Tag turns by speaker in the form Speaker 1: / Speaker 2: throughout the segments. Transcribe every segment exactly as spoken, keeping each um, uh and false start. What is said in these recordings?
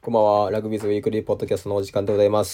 Speaker 1: こんばんは。ラグビーズウィークリーポッドキャストのお時間でございます。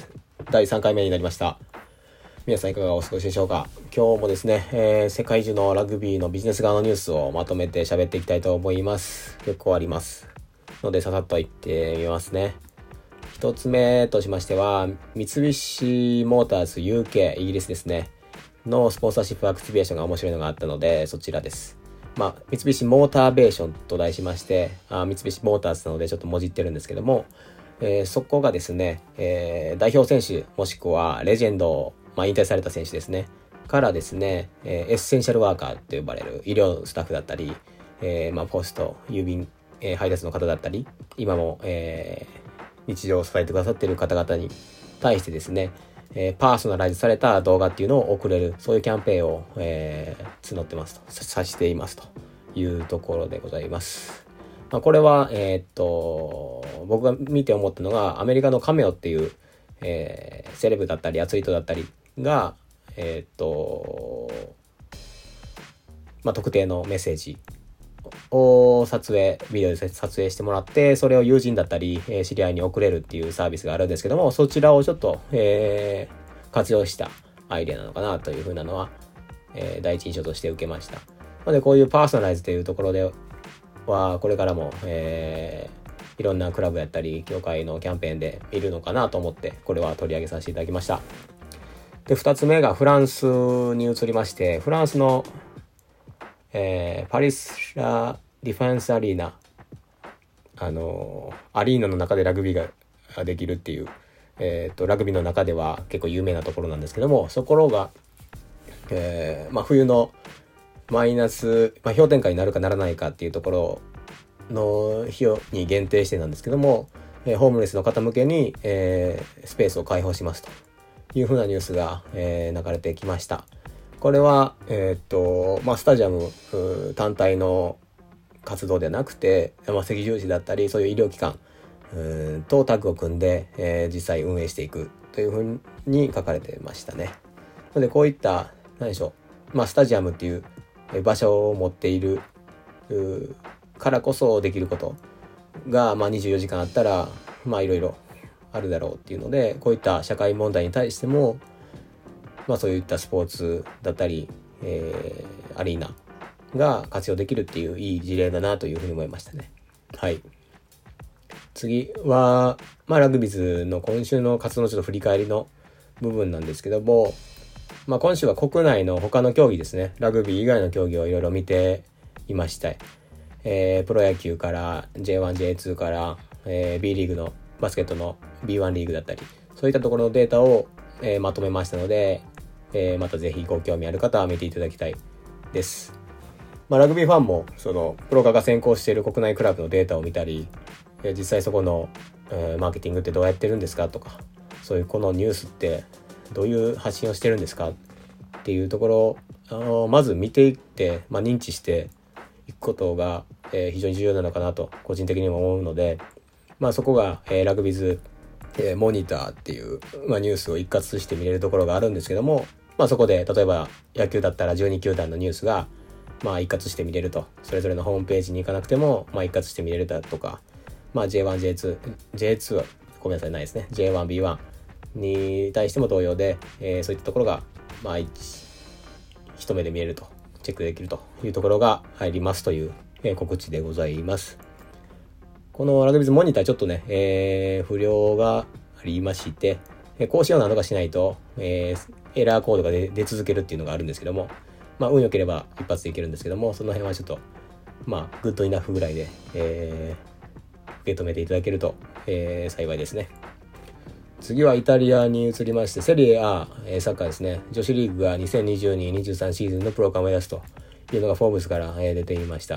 Speaker 1: だいさんかいめになりました。皆さんいかがお過ごしでしょうか。今日もですね、えー、世界中のラグビーのビジネス側のニュースをまとめて喋っていきたいと思います。結構ありますので、ささっといってみますね。一つ目としましては、三菱モーターズ ユーケー、イギリスですね、のスポンサーシップアクティベーションが面白いのがあったので、そちらです。まあ、三菱モーターベーションと題しまして、あ三菱モーターズなのでちょっともじってるんですけども、えー、そこがですね、えー、代表選手もしくはレジェンド、まあ、引退された選手ですねからですね、えー、エッセンシャルワーカーと呼ばれる医療スタッフだったり、えーまあ、ポスト郵便、えー、配達の方だったり、今も、えー、日常を支えてくださっている方々に対してですね、えー、パーソナライズされた動画っていうのを送れる、そういうキャンペーンを、えー、募ってますと、さしていますというところでございます。まあ、これは、えー、っと、僕が見て思ったのが、アメリカのカメオっていう、えー、セレブだったりアスリートだったりが、えー、っと、まあ、特定のメッセージを撮影、ビデオで撮影してもらって、それを友人だったり、えー、知り合いに送れるっていうサービスがあるんですけども、そちらをちょっと、えー、活用したアイデアなのかなというふうなのは、えー、第一印象として受けました。なので、こういうパーソナライズというところでは、これからも、えー、いろんなクラブやったり、協会のキャンペーンでいるのかなと思って、これは取り上げさせていただきました。で、二つ目がフランスに移りまして、フランスのえー、パリスラディフェンスアリーナ、あのー、アリーナの中でラグビーができるっていう、えー、とラグビーの中では結構有名なところなんですけども、そこが、えーまあ、冬のマイナス、まあ、氷点下になるかならないかっていうところの日に限定してなんですけども、えー、ホームレスの方向けに、えー、スペースを開放しますというふうなニュースが、えー、流れてきました。これは、えー、っと、まあ、スタジアム単体の活動ではなくて、まあ、赤十字だったり、そういう医療機関とタッグを組んで、えー、実際運営していくというふうに書かれてましたね。なので、こういった、何でしょう、まあ、スタジアムっていう場所を持っているからこそできることが、まあ、にじゅうよじかんあったら、まあ、いろいろあるだろうっていうので、こういった社会問題に対しても、まあそういったスポーツだったり、えー、アリーナが活用できるっていういい事例だなというふうに思いましたね。はい。次は、まあラグビーズの今週の活動のちょっと振り返りの部分なんですけども、まあ今週は国内の他の競技ですね。ラグビー以外の競技をいろいろ見ていました。えー、プロ野球から ジェイワン、ジェイツー から、えー、B リーグのバスケットの ビーワン リーグだったり、そういったところのデータを、えー、まとめましたので、えー、またぜひご興味ある方は見ていただきたいです。まあ、ラグビーファンもそのプロ化が先行している国内クラブのデータを見たり、えー、実際そこの、えー、マーケティングってどうやってるんですかとか、そういうこのニュースってどういう発信をしてるんですかっていうところをあのまず見ていって、まあ、認知していくことが、えー、非常に重要なのかなと個人的にも思うので、まあ、そこが、えー、ラグビーズ、えー、モニターっていう、まあ、ニュースを一括して見れるところがあるんですけども、まあそこで例えば野球だったらじゅうに球団のニュースがまあ一括して見れると、それぞれのホームページに行かなくてもまあ一括して見れるだとか、まあ ジェイワン、ジェイツー、ジェイツー はごめんなさいないですね。ジェイワン、ビーワン に対しても同様で、えー、そういったところがまあ一一目で見えると、チェックできるというところが入りますという、えー、告知でございます。このラグビーズモニターちょっとね、えー、不良がありまして、更新を何とかしないと、えー、エラーコードが 出, 出続けるっていうのがあるんですけども、まあ運良ければ一発でいけるんですけども、その辺はちょっとまあグッドイナフぐらいで、えー、受け止めていただけると、えー、幸いですね。次はイタリアに移りまして、セリエ A、えー、サッカーですね。女子リーグがにせんにじゅうに、にじゅうさんシーズンのプロ化を目指すというのがフォーブスから、えー、出ていました。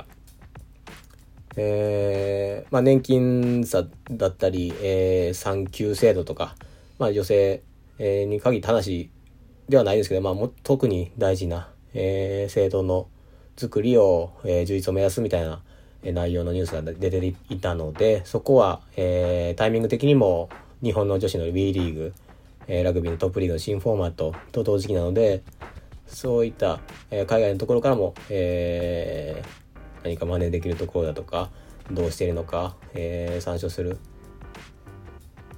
Speaker 1: えーまあ、年金差だったり、えー、産休制度とか、まあ、女性に限った話ではないですけど、まあ、も特に大事な、えー、制度の作りを、えー、充実を目指すみたいな内容のニュースが出ていたので、そこは、えー、タイミング的にも日本の女子の B リーグ、えー、ラグビーのトップリーグの新フォーマットと同時期なので、そういった、えー、海外のところからも、えー、何か真似できるところだとか、どうしているのか、えー、参照する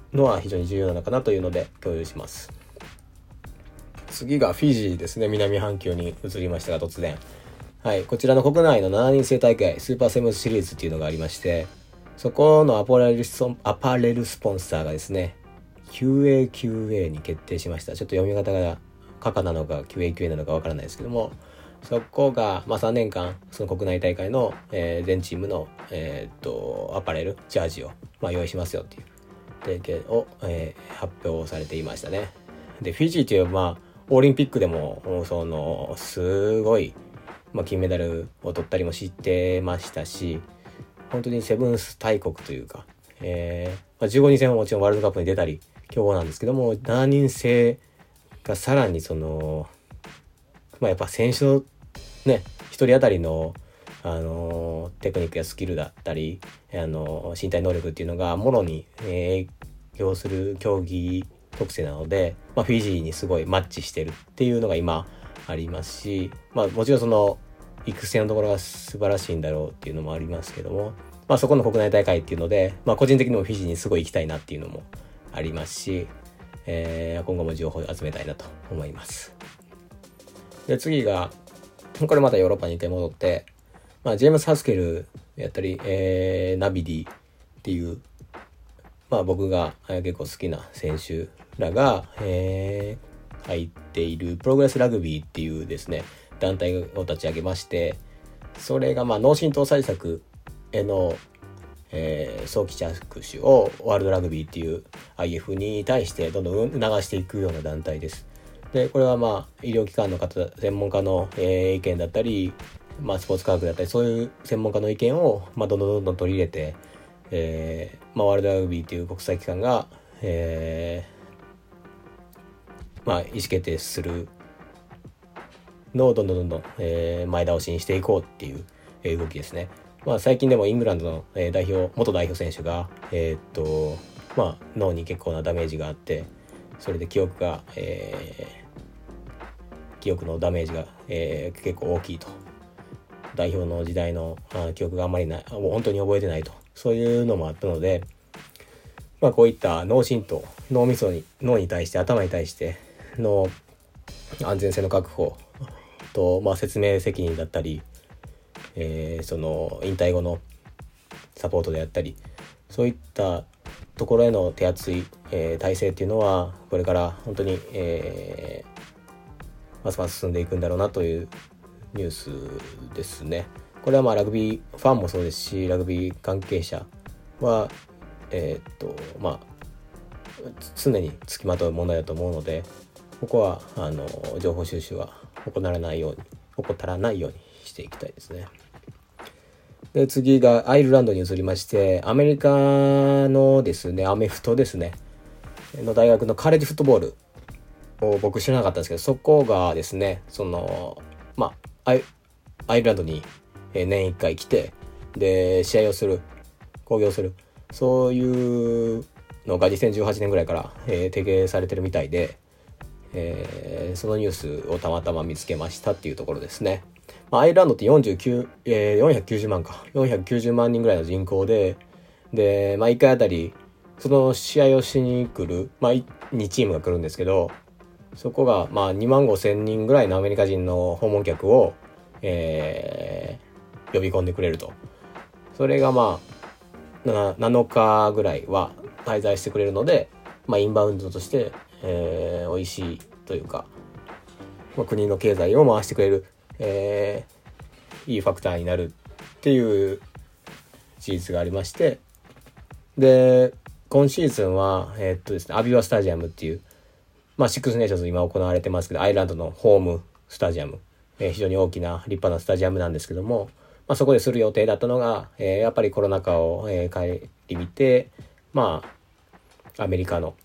Speaker 1: のは非常に重要なのかなというので共有します。次がフィジーですね。南半球に移りましたが突然。はい。こちらの国内のしちにん制大会、スーパーセブンスシリーズっていうのがありまして、そこのアパレルスアパレルスポンサーがですね、キューエーキューエー に決定しました。ちょっと読み方がカカなのか キューエーキューエー なのかわからないですけども、そこが、まあ、さんねんかんその国内大会の、えー、全チームの、えー、っとアパレルジャージを、まあ、用意しますよっていう提携を、えー、発表されていましたね。でフィジーというまあオリンピックでもそのすごい、まあ、金メダルを取ったりもしてましたし、本当にセブンス大国というか、えーまあ、じゅうごにん制ももちろんワールドカップに出たり強豪なんですけども、しちにん制がさらにその、まあ、やっぱ選手のね一人当たりの、あのー、テクニックやスキルだったり、あのー、身体能力っていうのがもろに影響する競技特性なので、まあ、フィジーにすごいマッチしてるっていうのが今ありますし、まあ、もちろんその育成のところが素晴らしいんだろうっていうのもありますけども、まあ、そこの国内大会っていうので、まあ、個人的にもフィジーにすごい行きたいなっていうのもありますし、えー、今後も情報を集めたいなと思います。で次がこれまたヨーロッパに一回戻って、まあ、ジェームス・ハスケルやったり、えー、ナビディっていう、まあ、僕が結構好きな選手らが、えー、入っているプログレスラグビーっていうですね団体を立ち上げまして、それがまあ脳震盪対策への、えー、早期着手をワールドラグビーっていう アイエフ に対してどんどん促していくような団体です。でこれはまあ医療機関の方、専門家の、えー、意見だったり、まあ、スポーツ科学だったり、そういう専門家の意見を、まあ、どんどんどんどん取り入れて、えーまあ、ワールドラグビーという国際機関が、えーまあ、意思決定するのをどんどんどんどん、えー、前倒しにしていこうっていう、えー、動きですね。まあ、最近でもイングランドの、えー、代表元代表選手が、えーっとまあ、脳に結構なダメージがあって、それで記憶が、えー記憶のダメージが、えー、結構大きいと、代表の時代のあ記憶があんまりない、もう本当に覚えてないと、そういうのもあったので、まあ、こういった脳震盪、脳みそに脳に対して頭に対しての安全性の確保と、まあ、説明責任だったり、えー、その引退後のサポートであったり、そういったところへの手厚い、えー、体制っていうのはこれから本当に、えーますます進んでいくんだろうなというニュースですね。これはまあラグビーファンもそうですし、ラグビー関係者はえー、っとまあ常につきまとう問題だと思うので、ここはあの情報収集は行わないように怠らないようにしていきたいですね。で次がアイルランドに移りまして、アメリカのですねアメフトですねの大学のカレッジフットボールを僕知らなかったんですけど、そこがですねそのまあアイ、アイルランドに年いっかい来て、で試合をする、興行する、そういうのがにせんじゅうはちねんぐらいから、えー、提携されてるみたいで、えー、そのニュースをたまたま見つけましたっていうところですね。まあ、アイルランドってよんじゅうきゅう、えー、よんひゃくきゅうじゅうまんかよんひゃくきゅうじゅうまんにんぐらいの人口で、で、まあ、いっかいあたりその試合をしに来る、まあ、にチームが来るんですけど、そこがまあにまんごせんにんぐらいのアメリカ人の訪問客を、えー、呼び込んでくれると。それがまあなのかぐらいは滞在してくれるので、まあ、インバウンドとして、えー、美味しいというか、まあ、国の経済を回してくれる、えー、いいファクターになるっていう事実がありまして、で今シーズンは、えー、っとですね、アビワスタジアムっていうまあ、シックスネーションズ今行われてますけど、アイルランドのホームスタジアム、えー、非常に大きな立派なスタジアムなんですけども、まあ、そこでする予定だったのが、えー、やっぱりコロナ禍を、えー、顧みて、まあ、アメリカの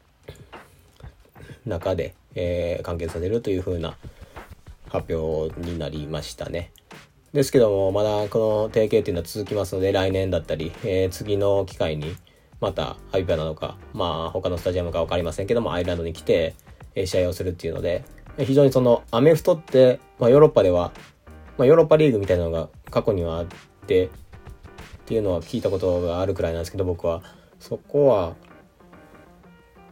Speaker 1: 中で、えー、完結させるというふうな発表になりましたね。ですけども、まだこの提携っていうのは続きますので、来年だったり、えー、次の機会にまたアビバなのか、まあ他のスタジアムか分かりませんけども、アイルランドに来て試合をするっていうので、非常にそのアメフトって、まあ、ヨーロッパでは、まあ、ヨーロッパリーグみたいなのが過去にはあってっていうのは聞いたことがあるくらいなんですけど、僕はそこは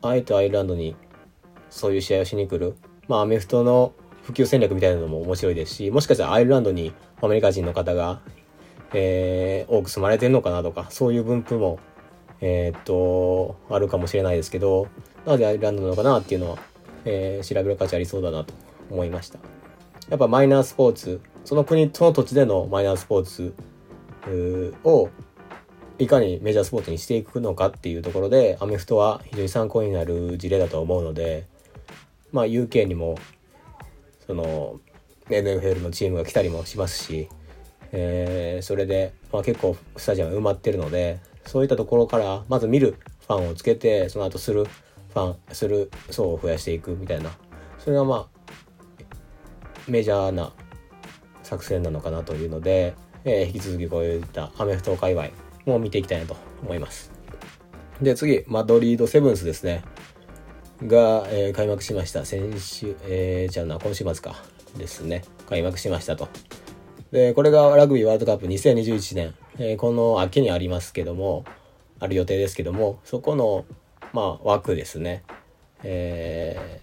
Speaker 1: あえてアイルランドにそういう試合をしに来る、まあアメフトの普及戦略みたいなのも面白いですし、もしかしたらアイルランドにアメリカ人の方が、えー、多く住まれてるのかなとか、そういう分布もえー、っとあるかもしれないですけど、なぜアイルランドなのかなっていうのは、えー、調べる価値ありそうだなと思いました。やっぱマイナースポーツ、その国その土地でのマイナースポーツをいかにメジャースポーツにしていくのかっていうところで、アメフトは非常に参考になる事例だと思うので、まあ ユーケー にもその エヌエフエル のチームが来たりもしますし、えー、それで、まあ、結構スタジアム埋まってるので、そういったところからまず見るファンをつけて、その後するファンする層を増やしていくみたいな、それがまあメジャーな作戦なのかなというので、えー、引き続きこういったアメフト界隈も見ていきたいなと思います。で次、マドリードセブンスですねが、えー、開幕しました。先週、えー、じゃあな今週末かですね、開幕しましたと。でこれがラグビーワールドカップにせんにじゅういちねん、えー、この秋にありますけども、ある予定ですけども、そこのまあ枠ですね、え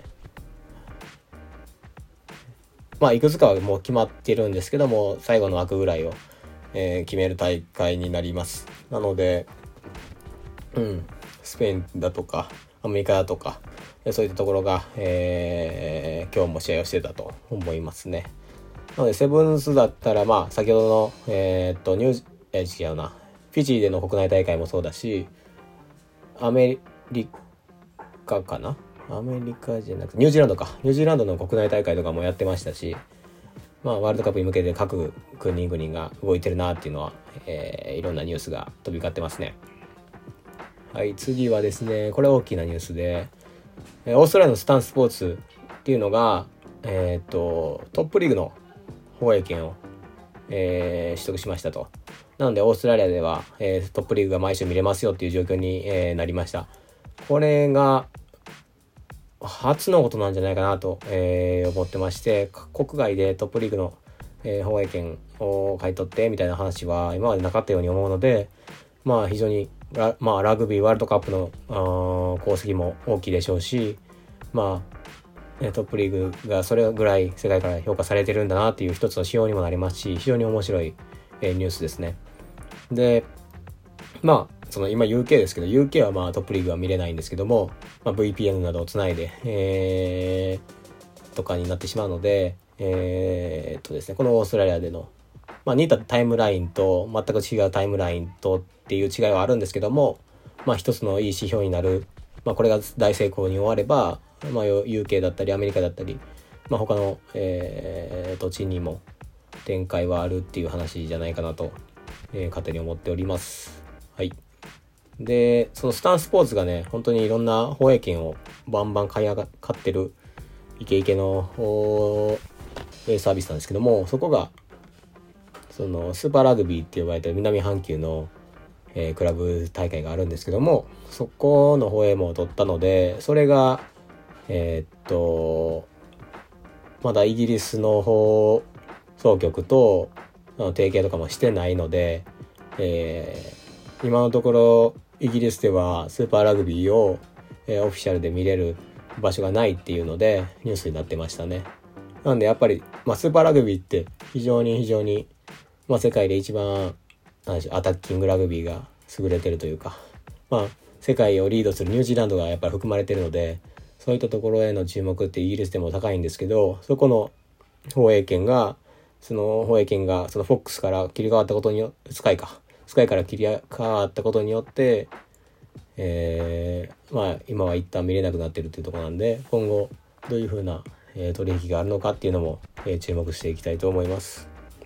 Speaker 1: ー、まあいくつかはもう決まってるんですけども、最後の枠ぐらいを、えー、決める大会になります。なので、うん、スペインだとかアメリカだとか、そういったところが、えー、今日も試合をしてたと思いますね。なのでセブンスだったら、まあ先ほどのえー、っとニューえー、違うなフィジーでの国内大会もそうだし、アメリカかなアメリカじゃなくてニュージーランドかニュージーランドの国内大会とかもやってましたし、まあワールドカップに向けて各国々が動いてるなっていうのは、えー、いろんなニュースが飛び交ってますね。はい、次はですね、これ大きなニュースで、オーストラリアのスタンスポーツっていうのが、えー、とトップリーグの放映権を、えー、取得しましたと。なのでオーストラリアでは、えー、トップリーグが毎週見れますよっていう状況に、えー、なりました。これが初のことなんじゃないかなと、えー、思ってまして、国外でトップリーグの、えー、放映権を買い取ってみたいな話は今までなかったように思うので、まあ非常にラ,、まあ、ラグビーワールドカップの功績も大きいでしょうし、まあトップリーグがそれぐらい世界から評価されてるんだなっていう一つの指標にもなりますし、非常に面白い、えー、ニュースですね。でまあその今 ユーケー ですけど、 ユーケー はまあトップリーグは見れないんですけども、まあ、ブイピーエヌ などをつないで、えー、とかになってしまうので、えー、っとですねこのオーストラリアでの、まあ、似たタイムラインと全く違うタイムラインとっていう違いはあるんですけども、まあ一つのいい指標になる、まあ、これが大成功に終われば、まあ、ユーケー だったりアメリカだったり、まあ、他の、えー、土地にも展開はあるっていう話じゃないかなと、えー、勝手に思っております。はい。でそのスタンスポーツがね、本当にいろんな放映権をバンバン買い上が買ってるイケイケのサービスなんですけども、そこがそのスーパーラグビーって呼ばれてる南半球の、えー、クラブ大会があるんですけども、そこの放映も取ったので、それがえー、っとまだイギリスの放送局と提携とかもしてないので、えー、今のところイギリスではスーパーラグビーを、えー、オフィシャルで見れる場所がないっていうのでニュースになってましたね。なんでやっぱり、まあ、スーパーラグビーって非常に非常に、まあ、世界で一番なんでしょうアタッキングラグビーが優れてるというか、まあ、世界をリードするニュージーランドがやっぱり含まれてるので、そういったところへの注目ってイギリスでも高いんですけど、そこの放映権がその放映権がその フォックス から切り替わったことによってスカイかスカイから切り替わったことによって、えー、まあ今は一旦見れなくなってるっていうところなんで、今後どういう風な、えー、取引があるのかっていうのも、えー、注目していきたいと思います。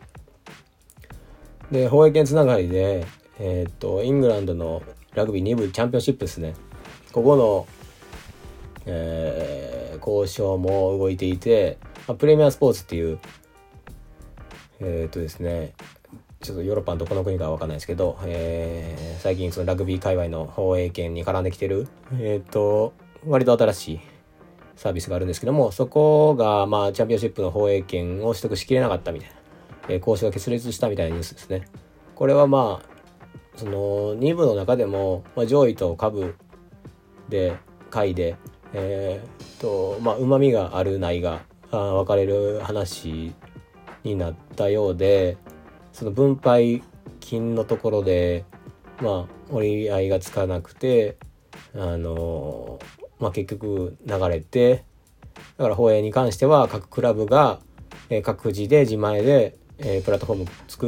Speaker 1: で放映権つながりで、えー、っとイングランドのラグビーに部チャンピオンシップですね、ここの、えー、交渉も動いていて、まあ、プレミアスポーツっていうえー、っとですねちょっとヨーロッパのどこの国かは分かんないですけど、えー、最近そのラグビー界隈の放映権に絡んできてる、えー、っと割と新しいサービスがあるんですけども、そこがまあチャンピオンシップの放映権を取得しきれなかったみたいな、えー、交渉が決裂したみたいなニュースですね。これはまあそのに部の中でも、まあ、上位と下部で回で、えー、とまあうまみがあるないがあ分かれる話になったようで、その分配金のところでまあ折り合いがつかなくて、あのー、まあ結局流れて、だから放映に関しては各クラブが、えー、各自で自前で、えー、プラットフォーム作って、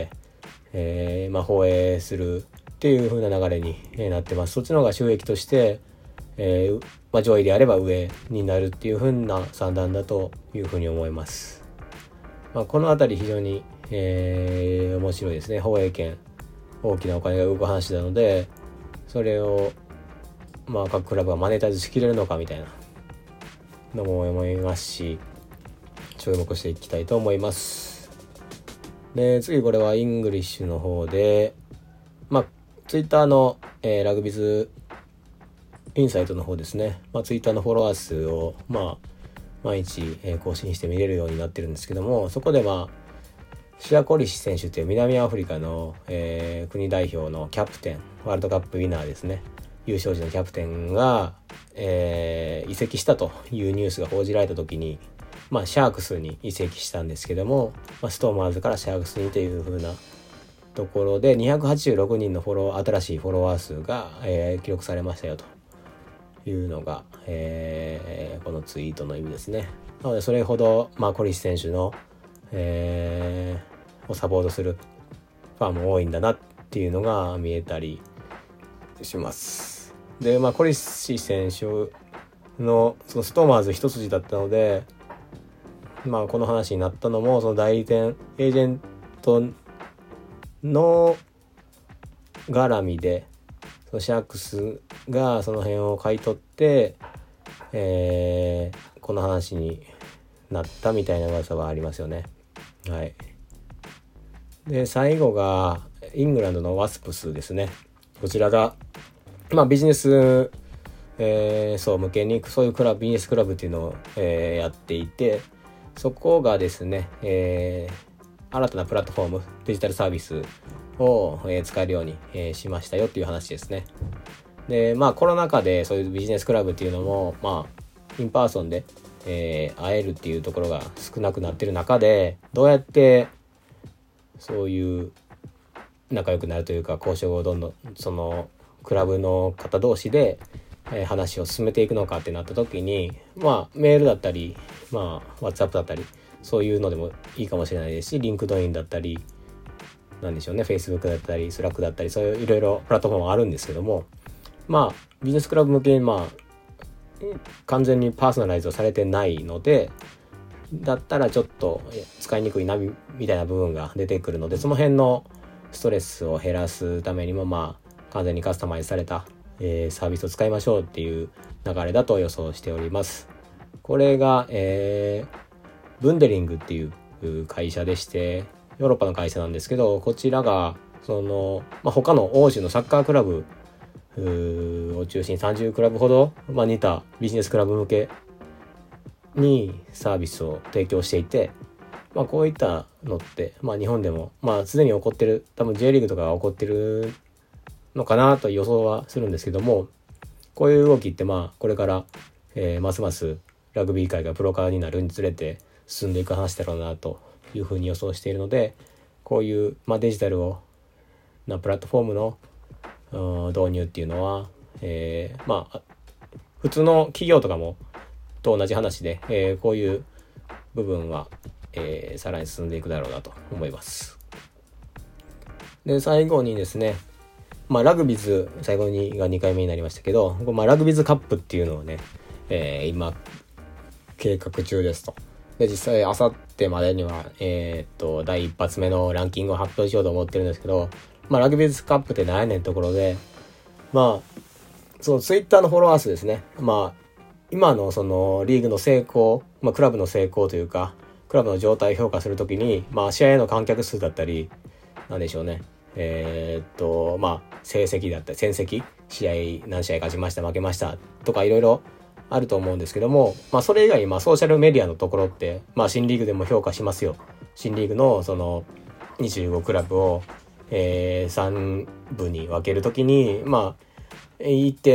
Speaker 1: えーまあ、放映するっていう風な流れになってます。そっちの方が収益として、えーまあ、上位であれば上になるっていう風な算段だという風に思います。まあ、このあたり非常に、えー、面白いですね。放映権、大きなお金が動く話なので、それをまあ各クラブがマネタイズしきれるのかみたいなのも思いますし、注目していきたいと思います。で、次これはイングリッシュの方で、まあツイッターの、えー、ラグビズインサイトの方ですね、まあ、ツイッターのフォロワー数をまあ毎日、えー、更新して見れるようになってるんですけども、そこでまあシアコリシ選手という南アフリカの、えー、国代表のキャプテン、ワールドカップウィナーですね、優勝時のキャプテンが、えー、移籍したというニュースが報じられた時に、まあシャークスに移籍したんですけども、まあ、ストーマーズからシャークスにという風なところでにひゃくはちじゅうろくにんのフォロー新しいフォロワー数が、えー、記録されましたよというのが、えー、このツイートの意味ですね。なのでそれほど、まあ、コリシ選手の、えー、をサポートするファンも多いんだなっていうのが見えたりします。で、まあ、コリシ選手のそのストーマーズ一筋だったので、まあ、この話になったのもその代理店エージェントの絡みで、そのシャークスがその辺を買い取って、えー、この話になったみたいな噂はありますよね。はい。で、最後がイングランドのワスプスですね。こちらがまあビジネス、えー、そう向けにそういうクラブビジネスクラブっていうのを、えー、やっていて、そこがですね、えー、新たなプラットフォームデジタルサービスを、えー、使えるように、えー、しましたよっていう話ですね。で、まあコロナ禍でそういうビジネスクラブっていうのもまあインパーソンで、えー、会えるっていうところが少なくなってる中で、どうやってそういう仲良くなるというか、交渉をどんどんそのクラブの方同士で、えー、話を進めていくのかってなった時に、まあメールだったり、まあ WhatsApp だったり、そういうのでもいいかもしれないですし、リンクドインだったり、なんでしょうね、Facebook だったり、Slack だったり、そういういろいろプラットフォームあるんですけども、まあビジネスクラブ向けにまあ完全にパーソナライズをされてないので、だったらちょっと使いにくいなみたいな部分が出てくるので、その辺のストレスを減らすためにもまあ完全にカスタマイズされた、えー、サービスを使いましょうっていう流れだと予想しております。これが、えー、ブンデリングっていう会社でして、ヨーロッパの会社なんですけど、こちらがその、まあ、他の欧州のサッカークラブを中心にさんじゅうクラブほど、まあ、似たビジネスクラブ向けにサービスを提供していて、まあ、こういったのって、まあ、日本でもまあすでに起こってる、多分 J リーグとかが起こってるのかなと予想はするんですけども、こういう動きってまあこれから、えー、ますますラグビー界がプロ化になるにつれて進んでいく話だろうなというふうに予想しているので、こういう、まあ、デジタルをなプラットフォームの導入っていうのは、えー、まあ普通の企業とかもと同じ話で、えー、こういう部分は、えー、さらに進んでいくだろうなと思います。で、最後にですね、まあラグビズ最後にがにかいめになりましたけど、まあ、ラグビズカップっていうのをね、えー、今計画中ですと。で、実際あさってまでにはえー、っと第一発目のランキングを発表しようと思ってるんですけど、まあラグビズカップって何やねんところで、まあそのツイッターのフォロワー数ですね。まあ今のそのリーグの成功、まあクラブの成功というか、クラブの状態を評価するときに、まあ試合への観客数だったり、なんでしょうね。えー、っと、まあ成績だったり、戦績、試合何試合勝ちました、負けましたとかいろいろあると思うんですけども、まあそれ以外にまあソーシャルメディアのところって、まあ新リーグでも評価しますよ。新リーグのそのにじゅうごクラブを、えー、さんぶに分けるときに、まあ一定の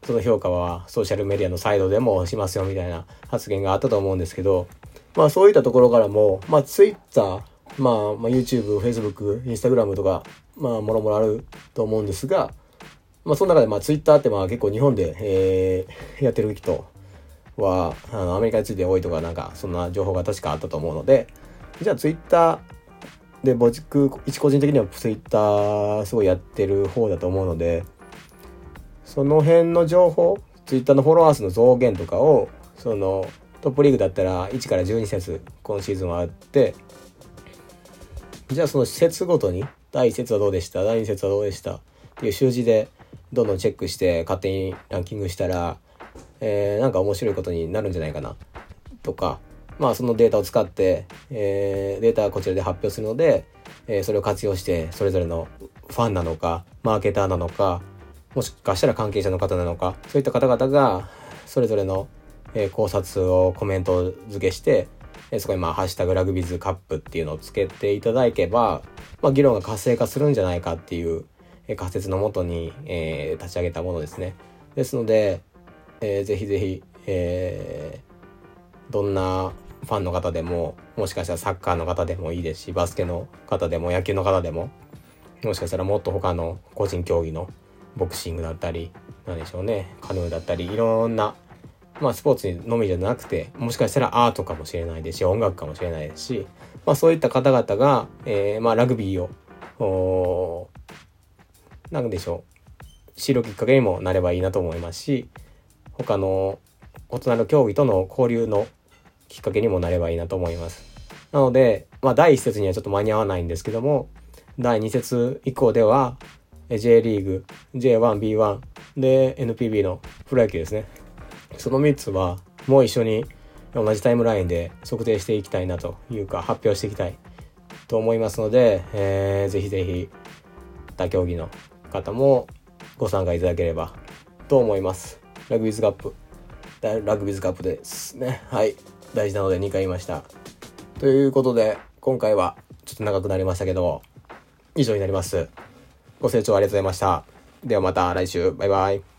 Speaker 1: その評価はソーシャルメディアのサイドでもしますよみたいな発言があったと思うんですけど、まあそういったところからも、まあ Twitter、まあ、まあ YouTube、Facebook、Instagram とか、まあもろもろあると思うんですが、まあその中でまあ Twitter ってまあ結構日本で、えー、やってる人は、あのアメリカについて多いとかなんかそんな情報が確かあったと思うので、じゃあ Twitter、で、僕、一個人的にはツイッターすごいやってる方だと思うので、その辺の情報、ツイッターのフォロワー数の増減とかを、そのトップリーグだったらいちからじゅうに節今シーズンはあって、じゃあその節ごとに、だいいち節はどうでした、だいに節はどうでしたっていう数字でどんどんチェックして勝手にランキングしたら、えー、なんか面白いことになるんじゃないかなとか、まあそのデータを使って、えー、データはこちらで発表するので、えー、それを活用してそれぞれのファンなのかマーケターなのかもしかしたら関係者の方なのか、そういった方々がそれぞれの、えー、考察をコメント付けして、えー、そこにまあハッシュタグラグビズカップっていうのをつけていただけば、まあ、議論が活性化するんじゃないかっていう、えー、仮説のもとに、えー、立ち上げたものですね。ですので、えー、ぜひぜひ、えー、どんなファンの方でも、もしかしたらサッカーの方でもいいですし、バスケの方でも野球の方でも、もしかしたらもっと他の個人競技のボクシングだったり、なんでしょうね、カヌーだったり、いろんな、まあスポーツのみじゃなくて、もしかしたらアートかもしれないですし、音楽かもしれないですし、まあそういった方々が、えー、まあラグビーを、おー、なんでしょう、知るきっかけにもなればいいなと思いますし、他の異なる競技との交流のきっかけにもなればいいなと思います。なので、まあだいいち節にはちょっと間に合わないんですけども、だいに節以降では J リーグ、ジェイワン、ビーワン で エヌピービー のプロ野球ですね。そのみっつはもう一緒に同じタイムラインで測定していきたいなというか発表していきたいと思いますので、えー、ぜひぜひ他競技の方もご参加いただければと思います。ラグビーズカップ、ラグビーズカップですね。はい。大事なのでにかい言いました。ということで、今回はちょっと長くなりましたけど、以上になります。ご清聴ありがとうございました。ではまた来週。バイバイ。